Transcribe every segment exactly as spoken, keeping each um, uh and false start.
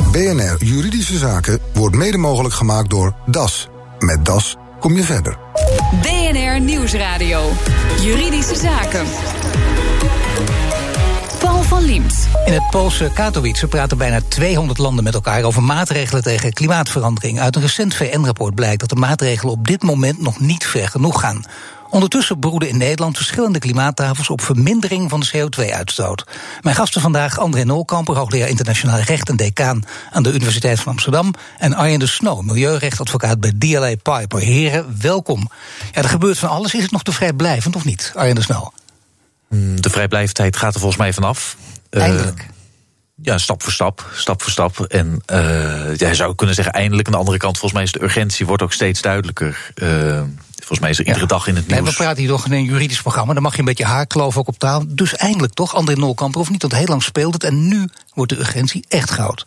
B N R Juridische Zaken wordt mede mogelijk gemaakt door D A S. Met D A S kom je verder. B N R Nieuwsradio. Juridische Zaken. Paul van Liemt. In het Poolse Katowice praten bijna tweehonderd landen met elkaar over maatregelen tegen klimaatverandering. Uit een recent V N-rapport blijkt dat de maatregelen op dit moment nog niet ver genoeg gaan. Ondertussen broeden in Nederland verschillende klimaattafels op vermindering van de C O twee uitstoot. Mijn gasten vandaag André Nolkamper, hoogleraar internationaal recht en decaan aan de Universiteit van Amsterdam, en Arjen de Snow, milieurechtadvocaat bij D L A Piper. Heren, welkom. Ja, er gebeurt van alles. Is het nog te vrijblijvend of niet, Arjen de Snow? De vrijblijvendheid gaat er volgens mij vanaf. Eindelijk. Uh, ja, stap voor stap, stap voor stap. En uh, ja, je zou kunnen zeggen eindelijk. Aan de andere kant, volgens mij is de urgentie wordt ook steeds duidelijker. Uh, volgens mij is er iedere ja. dag in het nieuws. Nee, we praten hier toch in een juridisch programma. Dan mag je een beetje haarkloof ook op taal. Dus eindelijk toch, André Nolkamper, of niet? Want heel lang speelt het en nu wordt de urgentie echt groot.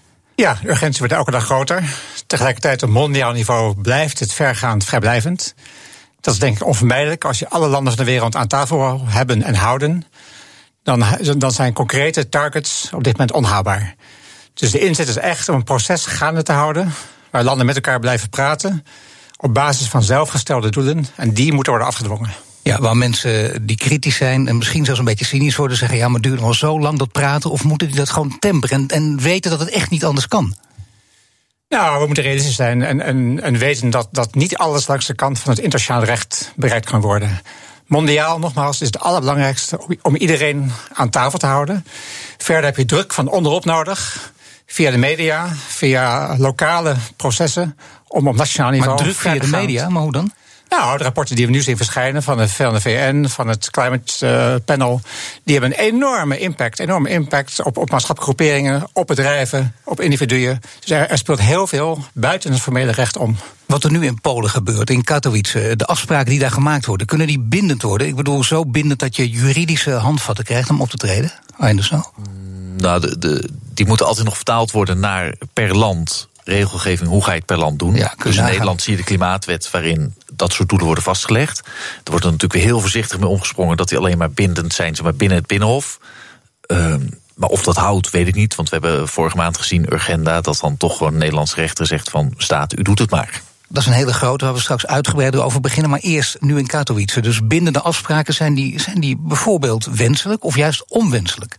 Ja, de urgentie wordt elke dag groter. Tegelijkertijd op mondiaal niveau blijft het vergaand vrijblijvend. Dat is denk ik onvermijdelijk. Als je alle landen van de wereld aan tafel hebben en houden, dan, dan zijn concrete targets op dit moment onhaalbaar. Dus de inzet is echt om een proces gaande te houden, waar landen met elkaar blijven praten op basis van zelfgestelde doelen, en die moeten worden afgedwongen. Ja, waar mensen die kritisch zijn en misschien zelfs een beetje cynisch worden, zeggen ja, maar duurt het al zo lang dat praten, of moeten die dat gewoon temperen en, en weten dat het echt niet anders kan? Nou, we moeten realistisch zijn en, en, en weten dat, dat niet alles langs de kant van het internationaal recht bereikt kan worden. Mondiaal, nogmaals, is het allerbelangrijkste om, om iedereen aan tafel te houden. Verder heb je druk van onderop nodig, via de media, via lokale processen, om op nationaal niveau. Maar druk via de media, maar hoe dan? Nou, de rapporten die we nu zien verschijnen van de, van de V N, van het Climate uh, Panel, die hebben een enorme impact, enorme impact op, op maatschappelijke groeperingen, op bedrijven, op individuen. Dus er, er speelt heel veel buiten het formele recht om. Wat er nu in Polen gebeurt, in Katowice, de afspraken die daar gemaakt worden, kunnen die bindend worden? Ik bedoel, zo bindend dat je juridische handvatten krijgt om op te treden? Arjen de Snow? Nou, de, de, die moeten altijd nog vertaald worden naar per land regelgeving. Hoe ga je het per land doen? Ja, dus in Nederland zie je de klimaatwet waarin dat soort doelen worden vastgelegd. Er wordt er natuurlijk weer heel voorzichtig mee omgesprongen dat die alleen maar bindend zijn, zeg maar, binnen het Binnenhof. Um, maar of dat houdt, weet ik niet. Want we hebben vorige maand gezien Urgenda, dat dan toch gewoon een Nederlandse rechter zegt van staat, u doet het maar. Dat is een hele grote, waar we straks uitgebreider over beginnen. Maar eerst nu in Katowice. Dus bindende afspraken, zijn die, zijn die bijvoorbeeld wenselijk of juist onwenselijk?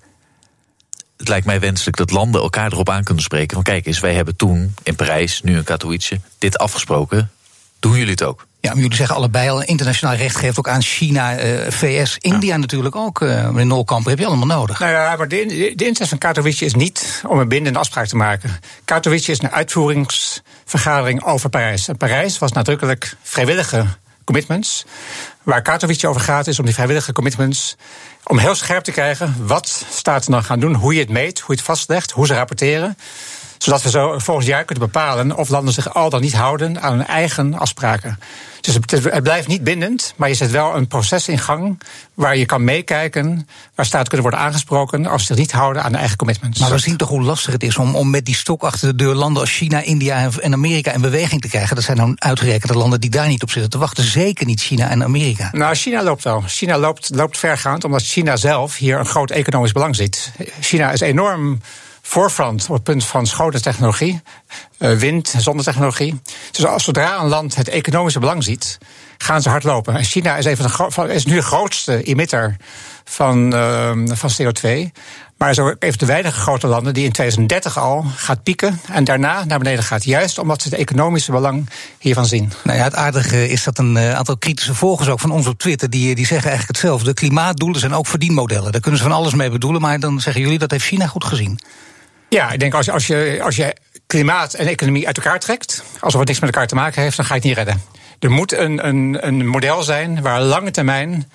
Het lijkt mij wenselijk dat landen elkaar erop aan kunnen spreken. Van kijk eens, wij hebben toen in Parijs, nu in Katowice, dit afgesproken. Doen jullie het ook? Ja, maar jullie zeggen allebei al, internationaal recht geeft ook aan China, uh, V S, India ja. natuurlijk ook. Uh, meneer Nolkamper, heb je allemaal nodig. Nou ja, maar de, de inzet van Katowice is niet om een bindende afspraak te maken. Katowice is een uitvoeringsvergadering over Parijs. En Parijs was nadrukkelijk vrijwillige commitments. Waar Katowice over gaat is om die vrijwillige commitments, om heel scherp te krijgen wat staten dan gaan doen, hoe je het meet, hoe je het vastlegt, hoe ze rapporteren, zodat we zo volgend jaar kunnen bepalen of landen zich al dan niet houden aan hun eigen afspraken. Dus het blijft niet bindend, maar je zet wel een proces in gang waar je kan meekijken, waar staten kunnen worden aangesproken als ze zich niet houden aan de eigen commitments. Maar we zien toch hoe lastig het is om, om met die stok achter de deur landen als China, India en Amerika in beweging te krijgen. Dat zijn dan uitgerekende landen die daar niet op zitten te wachten. Zeker niet China en Amerika. Nou, China loopt wel. China loopt, loopt vergaand, omdat China zelf hier een groot economisch belang ziet. China is enorm voorfront op het punt van schone technologie, uh, wind- en zonnetechnologie. Dus als zodra een land het economische belang ziet, gaan ze hard lopen. En China is, even de gro- is nu de grootste emitter van, uh, van C O twee. Maar er zijn ook even de weinige grote landen die in tweeduizend dertig al gaat pieken en daarna naar beneden gaat. Juist omdat ze het economische belang hiervan zien. Nou ja, het aardige is dat een uh, aantal kritische volgers ook van ons op Twitter, die, die zeggen eigenlijk hetzelfde. Klimaatdoelen zijn ook verdienmodellen. Daar kunnen ze van alles mee bedoelen, maar dan zeggen jullie dat heeft China goed gezien. Ja, ik denk als je, als je, als je klimaat en economie uit elkaar trekt, alsof het niks met elkaar te maken heeft, dan ga je het niet redden. Er moet een, een, een model zijn waar lange termijn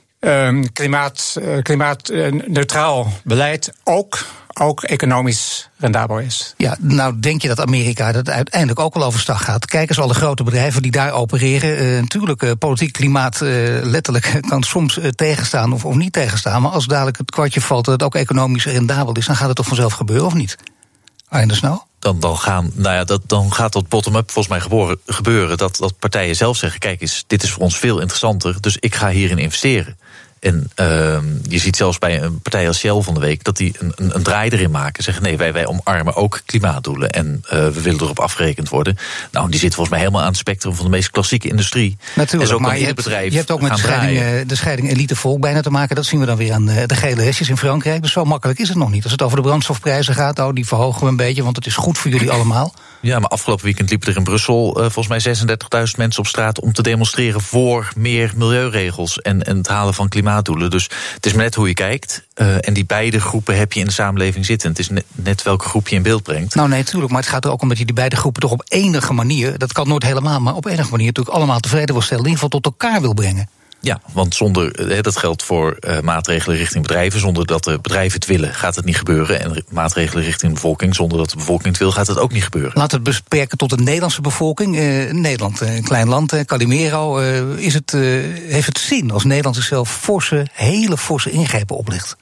um, klimaat, uh, klimaatneutraal beleid ook, ook economisch rendabel is. Ja, nou denk je dat Amerika dat uiteindelijk ook wel overstag gaat? Kijk eens, alle grote bedrijven die daar opereren. Uh, natuurlijk, uh, politiek klimaat uh, letterlijk kan soms uh, tegenstaan of, of niet tegenstaan. Maar als dadelijk het kwartje valt dat het ook economisch rendabel is, dan gaat het toch vanzelf gebeuren, of niet? Arjen de Snow? Dan, dan, gaan, nou ja, dat, dan gaat dat bottom-up volgens mij geboren, gebeuren. Dat, dat partijen zelf zeggen, kijk eens, dit is voor ons veel interessanter, dus ik ga hierin investeren. En uh, je ziet zelfs bij een partij als Shell van de week dat die een, een, een draai erin maken. Zeggen nee, wij, wij omarmen ook klimaatdoelen en uh, we willen erop afgerekend worden. Nou, die zit volgens mij helemaal aan het spectrum van de meest klassieke industrie. Natuurlijk, en zo maar je hebt, je hebt ook met de scheiding, de scheiding elite-volk bijna te maken. Dat zien we dan weer aan de, de gele hesjes in Frankrijk. Dus zo makkelijk is het nog niet. Als het over de brandstofprijzen gaat, oh, die verhogen we een beetje, want het is goed voor jullie allemaal. Ja, maar afgelopen weekend liepen er in Brussel uh, volgens mij zesendertigduizend mensen op straat om te demonstreren voor meer milieuregels en, en het halen van klimaatdoelen. Dus het is maar net hoe je kijkt. Uh, en die beide groepen heb je in de samenleving zitten. Het is net, net welke groep je in beeld brengt. Nou nee, natuurlijk, maar het gaat er ook om dat je die beide groepen toch op enige manier, dat kan nooit helemaal, maar op enige manier natuurlijk allemaal tevreden wil stellen, in ieder geval tot elkaar wil brengen. Ja, want zonder, dat geldt voor uh, maatregelen richting bedrijven. Zonder dat de bedrijven het willen, gaat het niet gebeuren. En maatregelen richting de bevolking, zonder dat de bevolking het wil, gaat het ook niet gebeuren. Laten we het beperken tot de Nederlandse bevolking. Uh, Nederland, een klein land, uh, Calimero. Uh, is het, uh, heeft het zin als Nederland zichzelf forse, hele forse ingrepen oplegt?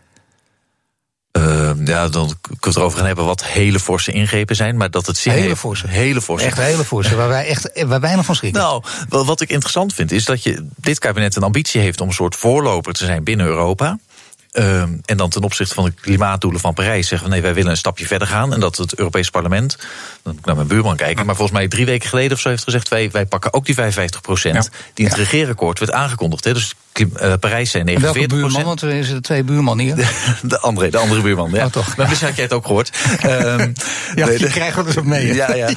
Uh, ja, dan kunnen we het erover gaan hebben wat hele forse ingrepen zijn, maar dat het zin hele heeft. Forse. Hele forse. Echt hele forse, waar wij echt waar wij nog van schrikken. Nou, wat ik interessant vind is dat je dit kabinet een ambitie heeft om een soort voorloper te zijn binnen Europa. Uh, en dan ten opzichte van de klimaatdoelen van Parijs zeggen we nee, wij willen een stapje verder gaan. En dat het Europees Parlement, dan moet ik naar mijn buurman kijken, maar volgens mij drie weken geleden of zo heeft gezegd, wij, wij pakken ook die vijfenvijftig procent ja. die in het ja. regeerakkoord werd aangekondigd. Hè. Dus Uh, Parijs zijn negenenveertig procent. Welke buurman? Want er zijn twee buurman hier. De, de, andere, de andere buurman, ja. Oh, toch. Maar misschien had jij het ook gehoord. um, ja, nee, je krijgt het dus ook mee. Ja, ja.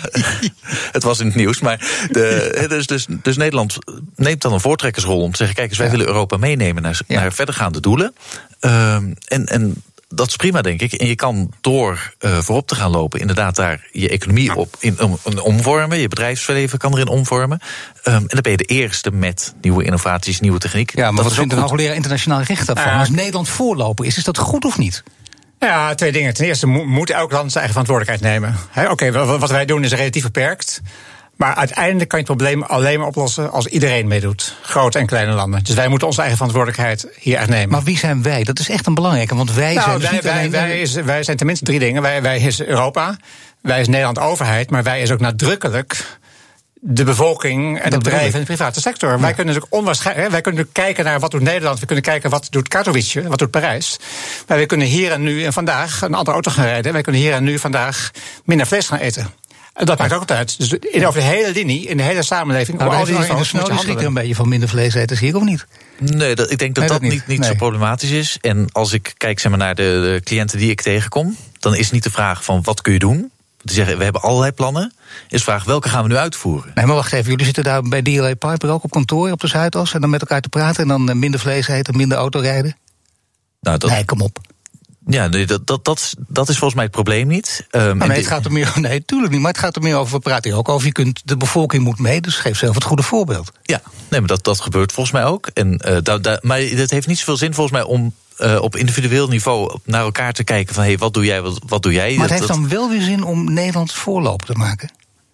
Het was in het nieuws. Maar de, dus, dus, dus Nederland neemt dan een voortrekkersrol om te zeggen, kijk eens, wij ja. willen Europa meenemen naar, ja. naar verdergaande doelen. Um, en, en dat is prima, denk ik. En je kan door uh, voorop te gaan lopen, inderdaad daar je economie op in, um, omvormen. Je bedrijfsleven kan erin omvormen. Um, en dan ben je de eerste met nieuwe innovaties, nieuwe techniek. Ja, maar dat wat vindt een hoogleraar internationaal recht daarvan? Uh, Als Nederland voorloper is, is dat goed of niet? Ja, twee dingen. Ten eerste moet elk land zijn eigen verantwoordelijkheid nemen. Oké, okay, wat wij doen is relatief beperkt. Maar uiteindelijk kan je het probleem alleen maar oplossen als iedereen meedoet. Grote en kleine landen. Dus wij moeten onze eigen verantwoordelijkheid hier echt nemen. Maar wie zijn wij? Dat is echt een belangrijke. Want wij nou, zijn dus wij, niet wij, alleen... wij, is, wij zijn tenminste drie dingen. Wij, wij is Europa. Wij is Nederland overheid. Maar wij is ook nadrukkelijk de bevolking en de bedrijven en de private sector. Ja. Wij kunnen dus ook onwaarschijnlijk. Wij kunnen kijken naar wat doet Nederland. We kunnen kijken wat doet Katowice, wat doet Parijs. Maar we kunnen hier en nu en vandaag een andere auto gaan rijden. Wij kunnen hier en nu vandaag minder vlees gaan eten. En dat maakt ook wat uit. Dus in, over de hele linie, in de hele samenleving, nou, al die niveaus moet je handelen. Er een beetje van minder vlees eten hier of niet? Nee, dat, ik denk dat nee, dat, dat niet, niet nee. zo problematisch is. En als ik kijk zeg maar, naar de, de cliënten die ik tegenkom, dan is niet de vraag van wat kun je doen. Die zeggen, we hebben allerlei plannen. Is de vraag, welke gaan we nu uitvoeren? Nee, maar wacht even, jullie zitten daar bij D L A Piper ook op kantoor op de Zuidas en dan met elkaar te praten en dan minder vlees eten, minder autorijden? Nou, dat... Nee, kom op. Ja, nee, dat, dat, dat, dat is volgens mij het probleem niet. Um, nee, het gaat er meer, nee, tuurlijk niet, maar het gaat er meer over, we praten hier ook over, je kunt, de bevolking moet mee, dus geef zelf het goede voorbeeld. Ja, nee, maar dat, dat gebeurt volgens mij ook. En, uh, da, da, maar het heeft niet zoveel zin volgens mij om uh, op individueel niveau naar elkaar te kijken van, hé, hey, wat doe jij, wat, wat doe jij? Maar het dat, heeft dan wel weer zin om Nederland voorloper te maken?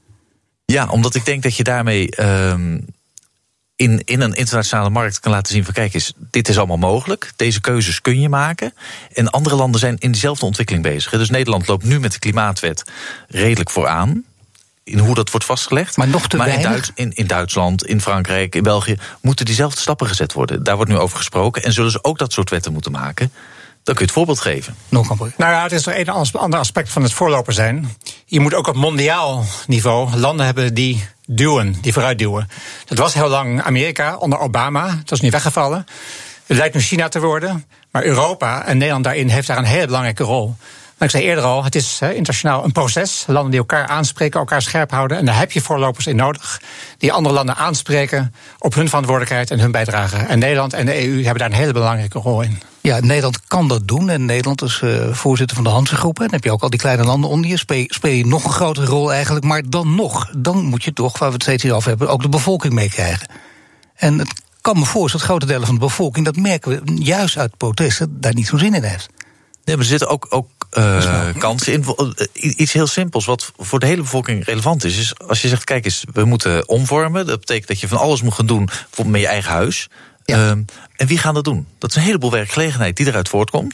Ja, omdat ik denk dat je daarmee Um, In, in een internationale markt kan laten zien van kijk eens, dit is allemaal mogelijk. Deze keuzes kun je maken. En andere landen zijn in dezelfde ontwikkeling bezig. Dus Nederland loopt nu met de klimaatwet redelijk vooraan. In hoe dat wordt vastgelegd. Maar nog te maar weinig? In, Duits, in, in Duitsland, in Frankrijk, in België moeten diezelfde stappen gezet worden. Daar wordt nu over gesproken. En zullen ze ook dat soort wetten moeten maken? Dan kun je het voorbeeld geven. Nog een nou ja, het is er een ander aspect van het voorloper zijn. Je moet ook op mondiaal niveau landen hebben die duwen, die vooruitduwen. Dat was heel lang Amerika onder Obama. Dat is nu weggevallen. Het lijkt nu China te worden. Maar Europa en Nederland daarin heeft daar een hele belangrijke rol. Maar ik zei eerder al, het is he, internationaal een proces. Landen die elkaar aanspreken, elkaar scherp houden. En daar heb je voorlopers in nodig. Die andere landen aanspreken op hun verantwoordelijkheid en hun bijdrage. En Nederland en de E U hebben daar een hele belangrijke rol in. Ja, Nederland kan dat doen. En Nederland is uh, voorzitter van de Hanse-groep. En dan heb je ook al die kleine landen onder je. Speel, speel je nog een grotere rol eigenlijk. Maar dan nog, dan moet je toch, waar we het steeds hier over hebben, ook de bevolking meekrijgen. En het kan me voorstellen dat grote delen van de bevolking, dat merken we juist uit protesten, daar niet zo'n zin in heeft. Nee, maar er zitten ook, ook uh, kansen in. Iets heel simpels, wat voor de hele bevolking relevant is, is als je zegt, kijk eens, we moeten omvormen. Dat betekent dat je van alles moet gaan doen, bijvoorbeeld met je eigen huis. Ja. Um, en wie gaan dat doen? Dat is een heleboel werkgelegenheid die eruit voortkomt.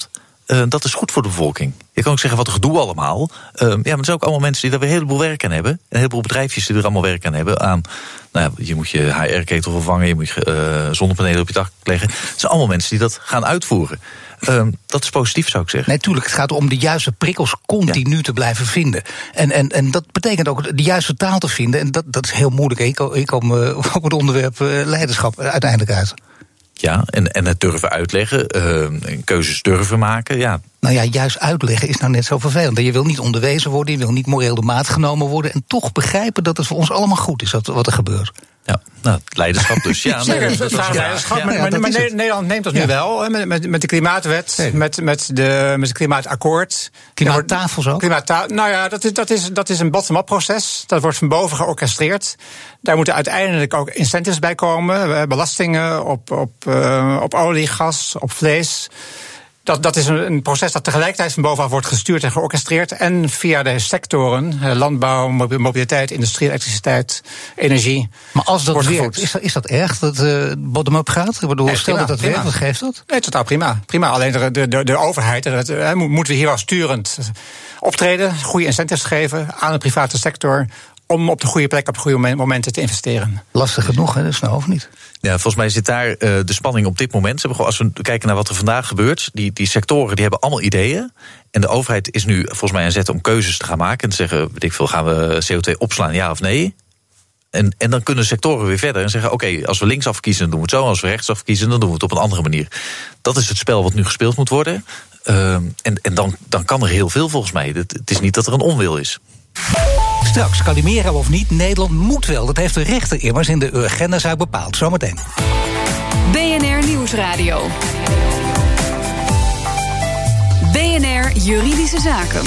Uh, dat is goed voor de bevolking. Je kan ook zeggen, wat een gedoe allemaal. Uh, ja, maar het zijn ook allemaal mensen die daar weer een heleboel werk aan hebben. Een heleboel bedrijfjes die er allemaal werk aan hebben. Aan, nou ja, je moet je H R-ketel vervangen, je moet je uh, zonnepanelen op je dak leggen. Het zijn allemaal mensen die dat gaan uitvoeren. Uh, dat is positief, zou ik zeggen. Nee, tuurlijk, het gaat om de juiste prikkels continu ja. te blijven vinden. En, en, en dat betekent ook de juiste taal te vinden. En dat, dat is heel moeilijk. Ik kom, ik kom uh, op het onderwerp uh, leiderschap uiteindelijk uit. Ja, en, en het durven uitleggen, uh, keuzes durven maken, ja. Nou ja, juist uitleggen is nou net zo vervelend. Je wil niet onderwezen worden, je wil niet moreel de maat genomen worden... en toch begrijpen dat het voor ons allemaal goed is wat er gebeurt. Ja, nou, leiderschap dus. Ja, nee, nee, dat is leiderschap. Ja, maar, ja, maar, maar Nederland neemt dat ja. nu wel, met, met, met de klimaatwet, nee. met, met, de, met het klimaatakkoord. Klimaattafels ook? Klimaatta- nou ja, dat is, dat, is, dat is een bottom-up proces. Dat wordt van boven georchestreerd. Daar moeten uiteindelijk ook incentives bij komen. Belastingen op, op, uh, op olie, gas, op vlees. Dat, dat is een, een proces dat tegelijkertijd van bovenaf wordt gestuurd en georchestreerd. En via de sectoren, landbouw, mobiliteit, industrie, elektriciteit, energie. Maar als dat werkt, is dat, is dat erg dat uh, bottom-up gaat? Ik bedoel, nee, stel prima, dat dat prima. werkt, wat geeft dat? Nee, totaal prima. prima. Alleen de, de, de, de overheid, de, moeten we hier wel sturend optreden, goede incentives geven aan de private sector, om op de goede plek op de goede momenten te investeren. Lastig genoeg, hè? Dat is nou of niet? Ja, volgens mij zit daar uh, de spanning op dit moment. Ze hebben gewoon, als we kijken naar wat er vandaag gebeurt, die, die sectoren die hebben allemaal ideeën. En de overheid is nu volgens mij aan zet om keuzes te gaan maken. En te zeggen, weet ik veel, gaan we C O twee opslaan, ja of nee? En, en dan kunnen sectoren weer verder en zeggen, oké, okay, als we linksaf kiezen, dan doen we het zo. Als we rechtsaf kiezen, dan doen we het op een andere manier. Dat is het spel wat nu gespeeld moet worden. Uh, en en dan, dan kan er heel veel volgens mij. Het, het is niet dat er een onwil is. Straks, Calimero of niet, Nederland moet wel. Dat heeft de rechter immers in de Urgenda-zaak bepaald. Zometeen. B N R Nieuwsradio. B N R Juridische Zaken.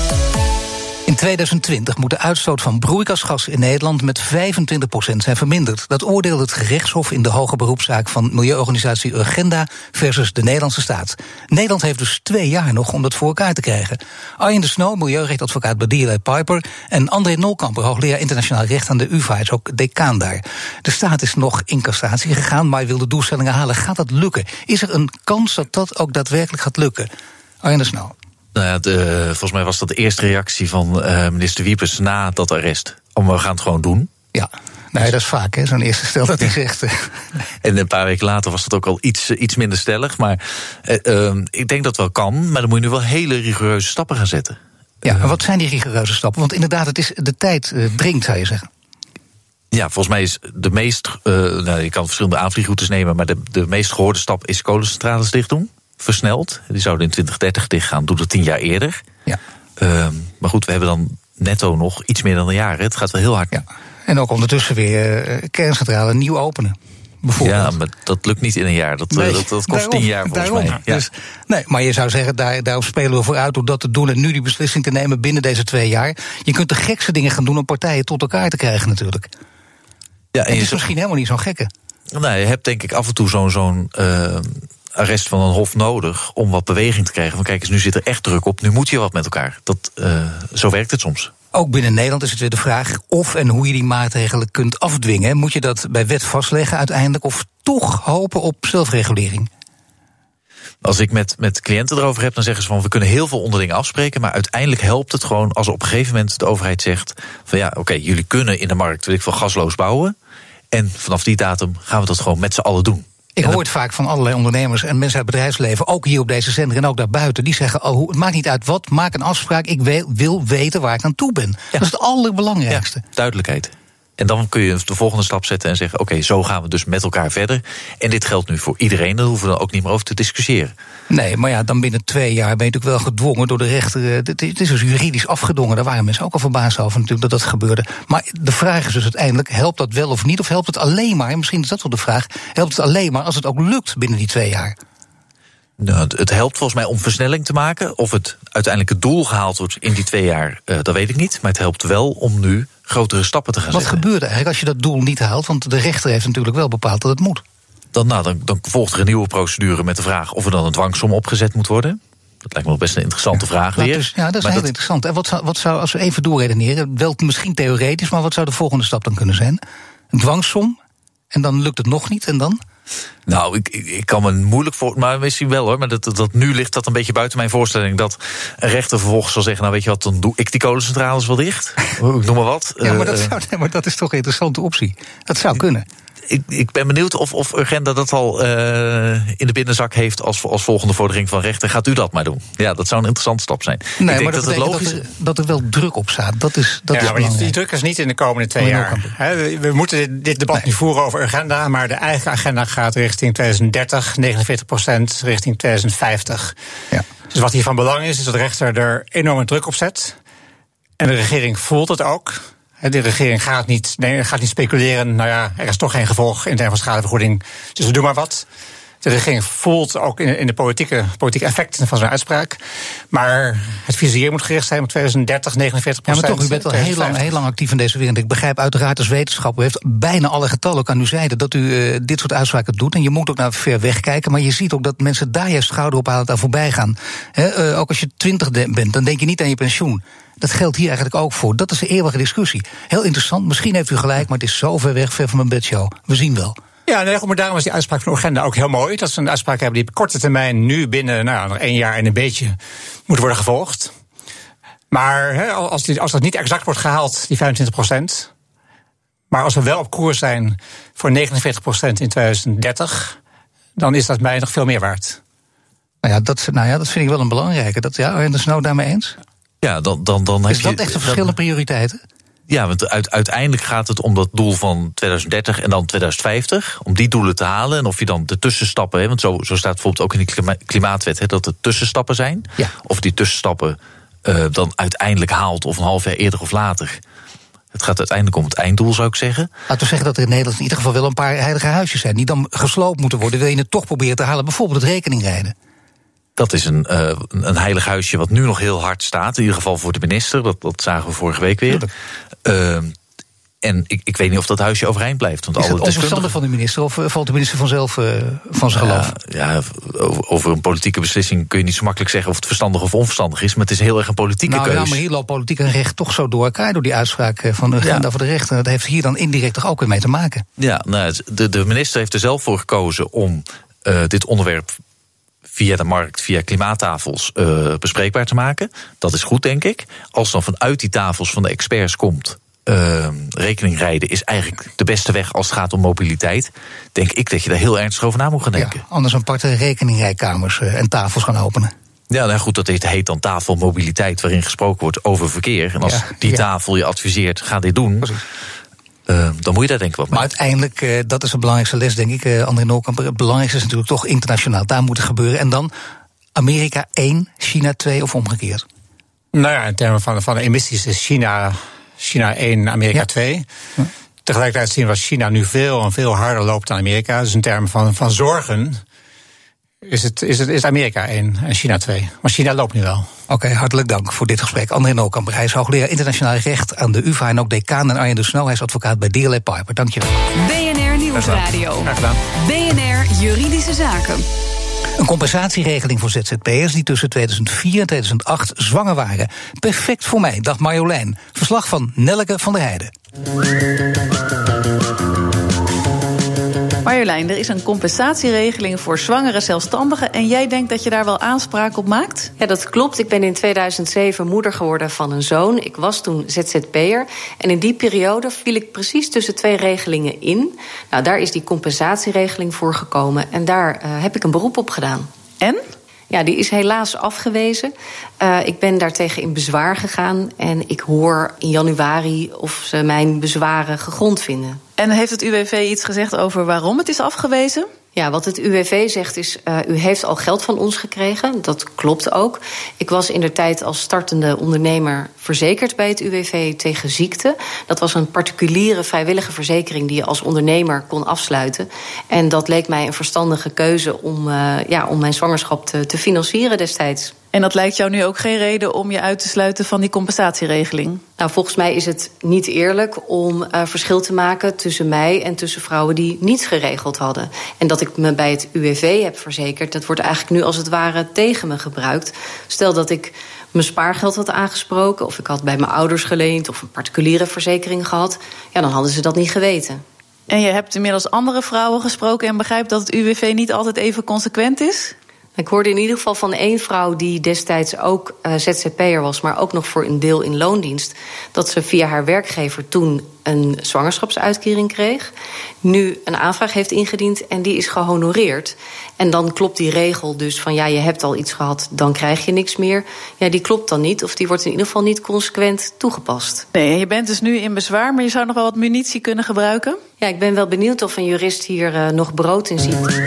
In tweeduizend twintig moet de uitstoot van broeikasgassen in Nederland met vijfentwintig procent zijn verminderd. Dat oordeelde het gerechtshof in de hoge beroepszaak van milieuorganisatie Urgenda versus de Nederlandse staat. Nederland heeft dus twee jaar nog om dat voor elkaar te krijgen. Arjen de Snoo, milieurechtadvocaat bij D L A Piper, en André Nolkamper, hoogleraar internationaal recht aan de U vA, is ook decaan daar. De staat is nog in cassatie gegaan, maar wil de doelstellingen halen. Gaat dat lukken? Is er een kans dat dat ook daadwerkelijk gaat lukken? Arjen de Snoo. Nou ja, de, volgens mij was dat de eerste reactie van uh, minister Wiepers na dat arrest. Om we gaan het gewoon doen. Ja, nee, dat is vaak, hè, zo'n eerste stel dat hij zegt. En een paar weken later was dat ook al iets, iets minder stellig. Maar uh, uh, ik denk dat het wel kan, maar dan moet je nu wel hele rigoureuze stappen gaan zetten. Ja, en wat zijn die rigoureuze stappen? Want inderdaad, het is, de tijd uh, dringt, zou je zeggen. Ja, volgens mij is de meest, uh, nou, je kan verschillende aanvliegroutes nemen, maar de, de meest gehoorde stap is kolencentrales dicht doen. Versneld. Die zouden in twintig dertig dichtgaan, doet het tien jaar eerder. Ja. Uh, maar goed, we hebben dan netto nog iets meer dan een jaar. Hè. Het gaat wel heel hard. Ja. En ook ondertussen weer uh, kerncentrale nieuw openen. Ja, maar dat lukt niet in een jaar. Dat, nee, dat, dat kost daarom, tien jaar volgens daarom. mij. Ja. Dus, nee, maar je zou zeggen, daar, daarop spelen we vooruit door dat te doen en nu die beslissing te nemen binnen deze twee jaar. Je kunt de gekste dingen gaan doen om partijen tot elkaar te krijgen natuurlijk. Ja, en het is misschien helemaal niet zo'n gekke. Nou, je hebt denk ik af en toe zo'n zo'n uh, arrest van een hof nodig om wat beweging te krijgen. Van kijk eens, nu zit er echt druk op, nu moet je wat met elkaar. Dat, uh, zo werkt het soms. Ook binnen Nederland is het weer de vraag of en hoe je die maatregelen kunt afdwingen. Moet je dat bij wet vastleggen uiteindelijk of toch hopen op zelfregulering? Als ik met, met cliënten erover heb, dan zeggen ze van we kunnen heel veel onderling afspreken, maar uiteindelijk helpt het gewoon als op een gegeven moment de overheid zegt van ja, oké, okay, jullie kunnen in de markt, weet ik veel, gasloos bouwen. En vanaf die datum gaan we dat gewoon met z'n allen doen. Ik hoor het vaak van allerlei ondernemers en mensen uit het bedrijfsleven, ook hier op deze zender en ook daarbuiten, die zeggen, oh, het maakt niet uit wat, maak een afspraak, ik wil, wil weten waar ik aan toe ben. Ja. Dat is het allerbelangrijkste. Ja, duidelijkheid. En dan kun je de volgende stap zetten en zeggen, oké, okay, zo gaan we dus met elkaar verder. En dit geldt nu voor iedereen, daar hoeven we dan ook niet meer over te discussiëren. Nee, maar ja, dan binnen twee jaar ben je natuurlijk wel gedwongen door de rechter. Het is dus juridisch afgedwongen. Daar waren mensen ook al verbaasd over natuurlijk dat dat gebeurde. Maar de vraag is dus uiteindelijk, helpt dat wel of niet? Of helpt het alleen maar, misschien is dat wel de vraag, helpt het alleen maar als het ook lukt binnen die twee jaar? Nou, het helpt volgens mij om versnelling te maken. Of het uiteindelijk het doel gehaald wordt in die twee jaar, uh, dat weet ik niet. Maar het helpt wel om nu grotere stappen te gaan Wat zetten. Wat gebeurt er eigenlijk als je dat doel niet haalt? Want de rechter heeft natuurlijk wel bepaald dat het moet. Dan, nou, dan, dan volgt er een nieuwe procedure met de vraag of er dan een dwangsom opgezet moet worden. Dat lijkt me nog best een interessante ja, vraag weer. Dus, ja, dat is maar heel dat... interessant. En wat zou, wat zou, als we even doorredeneren, wel misschien theoretisch, maar wat zou de volgende stap dan kunnen zijn? Een dwangsom, en dan lukt het nog niet, en dan? Nou, ik, ik, ik kan me moeilijk voor, maar misschien wel hoor. Maar dat, dat, nu ligt dat een beetje buiten mijn voorstelling. Dat een rechter vervolgens zal zeggen, nou weet je wat, dan doe ik die kolencentrales wel dicht. Ik noem maar wat. Ja, maar dat, zou, nee, maar dat is toch een interessante optie. Dat zou kunnen. Ik, ik ben benieuwd of, of Urgenda dat al uh, in de binnenzak heeft als, als volgende vordering van rechter. Gaat u dat maar doen? Ja, dat zou een interessante stap zijn. Nee, ik denk maar dat, dat, het logisch... dat, er, dat er wel druk op staat. Dat is, dat ja, is maar die, die druk is niet in de komende twee jaar. He, we, we moeten dit, dit debat nee. niet voeren over Urgenda, maar de eigen agenda gaat richting twintig dertig, negenenveertig procent richting twintig vijftig. Ja. Dus wat hier van belang is, is dat de rechter er enorme druk op zet. En de regering voelt het ook. De regering gaat niet, nee, gaat niet speculeren. Nou ja, er is toch geen gevolg in termen van schadevergoeding. Dus we doen maar wat. De regering voelt ook in, in de politieke, politieke effecten van zijn uitspraak. Maar het vizier moet gericht zijn op twintig dertig, negenenveertig procent. Ja, maar toch, u bent al heel lang, heel lang actief in deze wereld. Ik begrijp uiteraard als wetenschapper, u heeft bijna alle getallen ook aan uw zijde dat u uh, dit soort uitspraken doet. En je moet ook naar ver weg kijken. Maar je ziet ook dat mensen daar juist schouder op halen, daar voorbij gaan. He, uh, ook als je twintig bent, dan denk je niet aan je pensioen. Dat geldt hier eigenlijk ook voor. Dat is een eeuwige discussie. Heel interessant, misschien heeft u gelijk, maar het is zo ver weg, ver van mijn bedshow. We zien wel. Ja, nee, maar daarom is die uitspraak van Urgenda ook heel mooi. Dat ze een uitspraak hebben die op korte termijn nu binnen nou, nog één jaar en een beetje moet worden gevolgd. Maar he, als, die, als dat niet exact wordt gehaald, die vijfentwintig procent. Maar als we wel op koers zijn voor negenenveertig procent in twintig dertig, dan is dat mij nog veel meer waard. Nou ja, dat, nou ja, dat vind ik wel een belangrijke. Dat, ja, en dat is nou daarmee eens? Ja, dan, dan, dan is heb dat je, echt een verschillende prioriteiten? Ja, want uit, uiteindelijk gaat het om dat doel van twintig dertig en dan twintig vijftig. Om die doelen te halen. En of je dan de tussenstappen, hè, want zo, zo staat bijvoorbeeld ook in die klima- klimaatwet, hè, dat er tussenstappen zijn. Ja. Of die tussenstappen uh, dan uiteindelijk haalt, of een half jaar eerder of later. Het gaat uiteindelijk om het einddoel, zou ik zeggen. Laten we zeggen dat er in Nederland in ieder geval wel een paar heilige huisjes zijn die dan gesloopt moeten worden. Wil je het toch proberen te halen? Bijvoorbeeld het rekeningrijden. Dat is een, uh, een heilig huisje wat nu nog heel hard staat. In ieder geval voor de minister. Dat, dat zagen we vorige week weer. Uh, en ik, ik weet niet of dat huisje overeind blijft. Want is alle het onverstandig van de minister? Of valt de minister vanzelf uh, van zijn geloof? Uh, ja, over een politieke beslissing kun je niet zo makkelijk zeggen of het verstandig of onverstandig is. Maar het is heel erg een politieke nou, keuze. Ja, maar hier loopt politiek en recht toch zo door elkaar. Door die uitspraak van de agenda ja. voor de rechter. Dat heeft hier dan indirect toch ook weer mee te maken? Ja, nou, de, de minister heeft er zelf voor gekozen om uh, dit onderwerp via de markt, via klimaattafels uh, bespreekbaar te maken. Dat is goed, denk ik. Als dan vanuit die tafels van de experts komt, uh, rekeningrijden is eigenlijk de beste weg als het gaat om mobiliteit. Denk ik dat je daar heel ernstig over na moet gaan denken. Ja, anders aparte rekeningrijkamers uh, en tafels gaan openen. Ja, nou goed, dat heet dan tafelmobiliteit, waarin gesproken wordt over verkeer. En als ja, die ja. tafel je adviseert, ga dit doen. Precies. Uh, dan moet je daar denk ik wat mee. Maar uiteindelijk, uh, dat is de belangrijkste les, denk ik, uh, André Nolkamp. Het belangrijkste is natuurlijk toch internationaal. Daar moet het gebeuren. En dan Amerika één, China twee of omgekeerd? Nou ja, in termen van, van de emissies is China, China één, Amerika twee. Ja. Tegelijkertijd zien we dat China nu veel en veel harder loopt dan Amerika. Dus in termen van, van zorgen is het, is het is Amerika één en China twee. Maar China loopt nu wel. Oké, okay, hartelijk dank voor dit gesprek. André Nolkamp, hij is hoogleraar internationaal recht aan de U vA en ook decaan. En Arjen de Snel, hij is advocaat bij D L A Piper. Dank je wel. B N R Nieuwsradio. Graag gedaan. B N R Juridische Zaken. Een compensatieregeling voor Z Z P'ers die tussen tweeduizend vier en tweeduizend acht zwanger waren. Perfect voor mij, dacht Marjolein. Verslag van Nelleke van der Heijden. Marjolein, er is een compensatieregeling voor zwangere zelfstandigen en jij denkt dat je daar wel aanspraak op maakt? Ja, dat klopt. Ik ben in tweeduizend zeven moeder geworden van een zoon. Ik was toen Z Z P'er en in die periode viel ik precies tussen twee regelingen in. Nou, daar is die compensatieregeling voor gekomen en daar uh, heb ik een beroep op gedaan. En? Ja, die is helaas afgewezen. Uh, ik ben daartegen in bezwaar gegaan en ik hoor in januari of ze mijn bezwaren gegrond vinden. En heeft het U W V iets gezegd over waarom het is afgewezen? Ja, wat het U W V zegt is, uh, u heeft al geld van ons gekregen. Dat klopt ook. Ik was indertijd als startende ondernemer verzekerd bij het U W V tegen ziekte. Dat was een particuliere vrijwillige verzekering die je als ondernemer kon afsluiten. En dat leek mij een verstandige keuze om, uh, ja, om mijn zwangerschap te, te financieren destijds. En dat lijkt jou nu ook geen reden om je uit te sluiten van die compensatieregeling? Nou, volgens mij is het niet eerlijk om uh, verschil te maken tussen mij en tussen vrouwen die niets geregeld hadden. En dat ik me bij het U W V heb verzekerd, dat wordt eigenlijk nu als het ware tegen me gebruikt. Stel dat ik mijn spaargeld had aangesproken, of ik had bij mijn ouders geleend of een particuliere verzekering gehad, ja, dan hadden ze dat niet geweten. En je hebt inmiddels andere vrouwen gesproken en begrijpt dat het U W V niet altijd even consequent is? Ik hoorde in ieder geval van één vrouw die destijds ook uh, Z Z P'er was, maar ook nog voor een deel in loondienst, dat ze via haar werkgever toen een zwangerschapsuitkering kreeg, nu een aanvraag heeft ingediend en die is gehonoreerd. En dan klopt die regel dus van ja, je hebt al iets gehad, dan krijg je niks meer. Ja, die klopt dan niet, of die wordt in ieder geval niet consequent toegepast. Nee, je bent dus nu in bezwaar, maar je zou nog wel wat munitie kunnen gebruiken? Ja, ik ben wel benieuwd of een jurist hier uh, nog brood in ziet.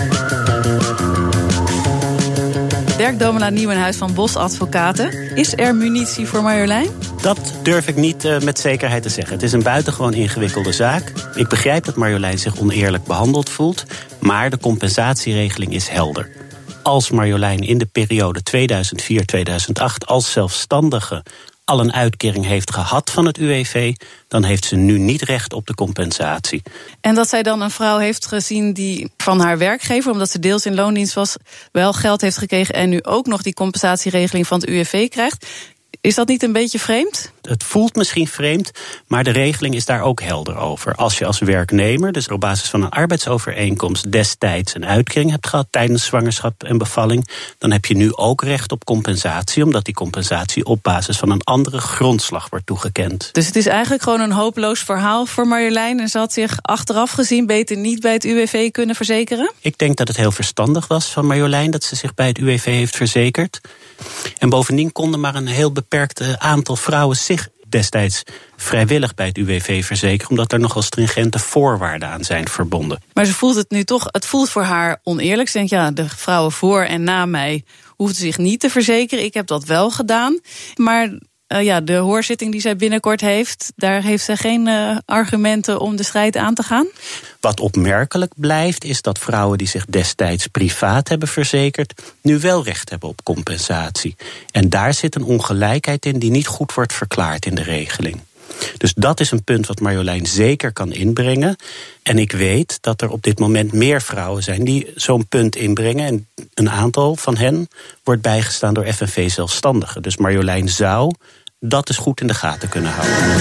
Dirk Domela Nieuwenhuis van Bos Advocaten. Is er munitie voor Marjolein? Dat durf ik niet uh, met zekerheid te zeggen. Het is een buitengewoon ingewikkelde zaak. Ik begrijp dat Marjolein zich oneerlijk behandeld voelt, maar de compensatieregeling is helder. Als Marjolein in de periode tweeduizend vier tot tweeduizend acht als zelfstandige al een uitkering heeft gehad van het U W V, dan heeft ze nu niet recht op de compensatie. En dat zij dan een vrouw heeft gezien die van haar werkgever, omdat ze deels in loondienst was, wel geld heeft gekregen en nu ook nog die compensatieregeling van het U W V krijgt. Is dat niet een beetje vreemd? Het voelt misschien vreemd, maar de regeling is daar ook helder over. Als je als werknemer, dus op basis van een arbeidsovereenkomst, destijds een uitkering hebt gehad tijdens zwangerschap en bevalling, dan heb je nu ook recht op compensatie, omdat die compensatie op basis van een andere grondslag wordt toegekend. Dus het is eigenlijk gewoon een hopeloos verhaal voor Marjolein en ze had zich achteraf gezien beter niet bij het U W V kunnen verzekeren? Ik denk dat het heel verstandig was van Marjolein dat ze zich bij het U W V heeft verzekerd. En bovendien konden maar een heel beperkt aantal vrouwen zich destijds vrijwillig bij het U W V verzekeren, omdat er nogal stringente voorwaarden aan zijn verbonden. Maar ze voelt het nu toch, het voelt voor haar oneerlijk. Ze denkt, ja, de vrouwen voor en na mij hoefden zich niet te verzekeren. Ik heb dat wel gedaan. Maar uh, ja, de hoorzitting die zij binnenkort heeft, daar heeft zij geen uh, argumenten om de strijd aan te gaan? Wat opmerkelijk blijft, is dat vrouwen die zich destijds privaat hebben verzekerd, nu wel recht hebben op compensatie. En daar zit een ongelijkheid in die niet goed wordt verklaard in de regeling. Dus dat is een punt wat Marjolein zeker kan inbrengen. En ik weet dat er op dit moment meer vrouwen zijn die zo'n punt inbrengen. En een aantal van hen wordt bijgestaan door F N V Zelfstandigen. Dus Marjolein zou dat dus goed in de gaten kunnen houden.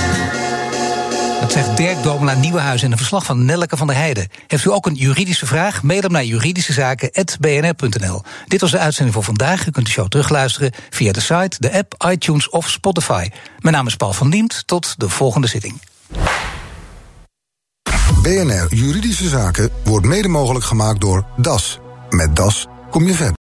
Dat zegt Dirk Domela Nieuwenhuis in een verslag van Nelleke van der Heijden. Heeft u ook een juridische vraag? Mail hem naar juridischezaken apenstaartje b n r punt n l. Dit was de uitzending voor vandaag. U kunt de show terugluisteren via de site, de app, iTunes of Spotify. Mijn naam is Paul van Diemt. Tot de volgende zitting. B N R Juridische Zaken wordt mede mogelijk gemaakt door D A S. Met D A S kom je verder.